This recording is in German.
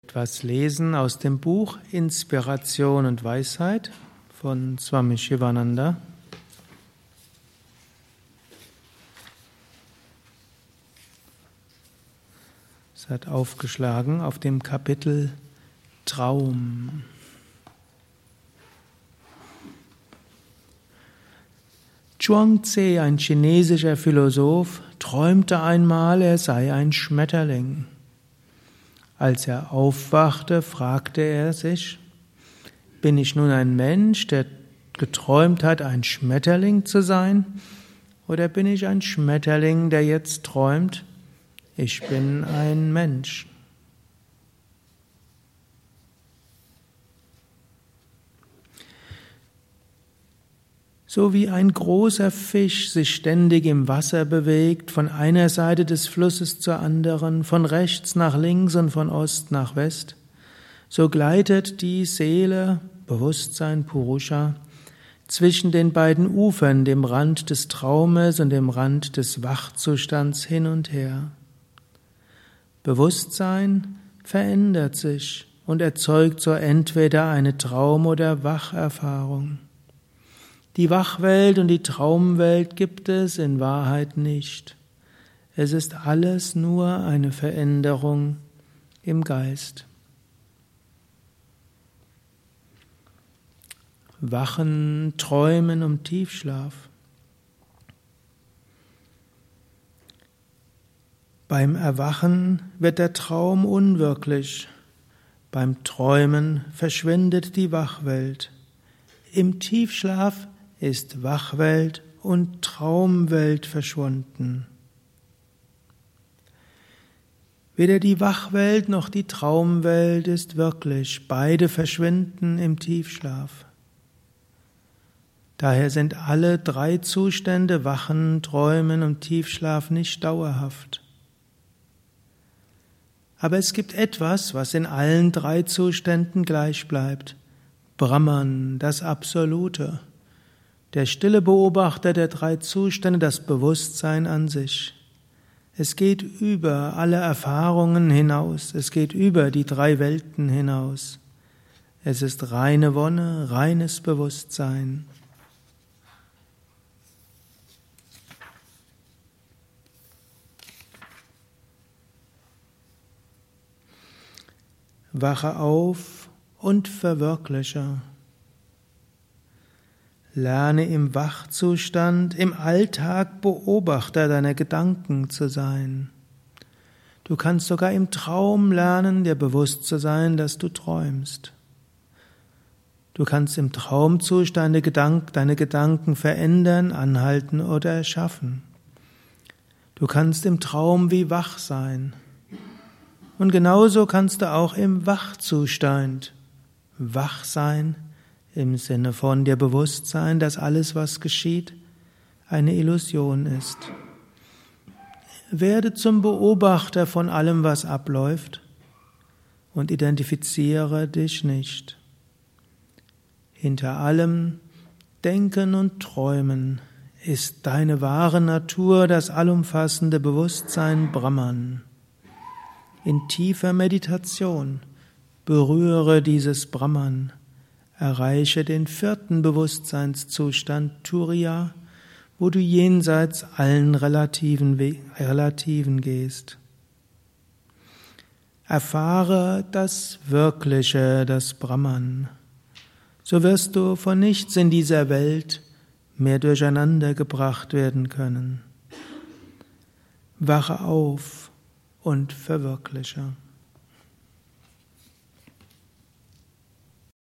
Etwas lesen aus dem Buch Inspiration und Weisheit von Swami Shivananda. Es hat aufgeschlagen auf dem Kapitel Traum. Chuang-Tze, ein chinesischer Philosoph, träumte einmal, er sei ein Schmetterling. Als er aufwachte, fragte er sich: Bin ich nun ein Mensch, der geträumt hat, ein Schmetterling zu sein? Oder bin ich ein Schmetterling, der jetzt träumt, ich bin ein Mensch? So wie ein großer Fisch sich ständig im Wasser bewegt, von einer Seite des Flusses zur anderen, von rechts nach links und von Ost nach West, so gleitet die Seele, Bewusstsein, Purusha, zwischen den beiden Ufern, dem Rand des Traumes und dem Rand des Wachzustands hin und her. Bewusstsein verändert sich und erzeugt so entweder eine Traum- oder Wacherfahrung. Die Wachwelt und die Traumwelt gibt es in Wahrheit nicht. Es ist alles nur eine Veränderung im Geist. Wachen, Träumen und Tiefschlaf. Beim Erwachen wird der Traum unwirklich. Beim Träumen verschwindet die Wachwelt. Im Tiefschlaf ist Wachwelt und Traumwelt verschwunden. Weder die Wachwelt noch die Traumwelt ist wirklich, beide verschwinden im Tiefschlaf. Daher sind alle drei Zustände, Wachen, Träumen und Tiefschlaf, nicht dauerhaft. Aber es gibt etwas, was in allen drei Zuständen gleich bleibt: Brahman, das Absolute. Der stille Beobachter der drei Zustände, das Bewusstsein an sich. Es geht über alle Erfahrungen hinaus, es geht über die drei Welten hinaus. Es ist reine Wonne, reines Bewusstsein. Wache auf und verwirkliche. Lerne im Wachzustand, im Alltag Beobachter deiner Gedanken zu sein. Du kannst sogar im Traum lernen, dir bewusst zu sein, dass du träumst. Du kannst im Traumzustand deine Gedanken verändern, anhalten oder erschaffen. Du kannst im Traum wie wach sein. Und genauso kannst du auch im Wachzustand wach sein, im Sinne von dir bewusst sein, dass alles, was geschieht, eine Illusion ist. Werde zum Beobachter von allem, was abläuft, und identifiziere dich nicht. Hinter allem Denken und Träumen ist deine wahre Natur, das allumfassende Bewusstsein Brahman. In tiefer Meditation berühre dieses Brahman, erreiche den vierten Bewusstseinszustand Turiya, wo du jenseits allen Relativen gehst. Erfahre das Wirkliche, das Brahman. So wirst du von nichts in dieser Welt mehr durcheinander gebracht werden können. Wache auf und verwirkliche.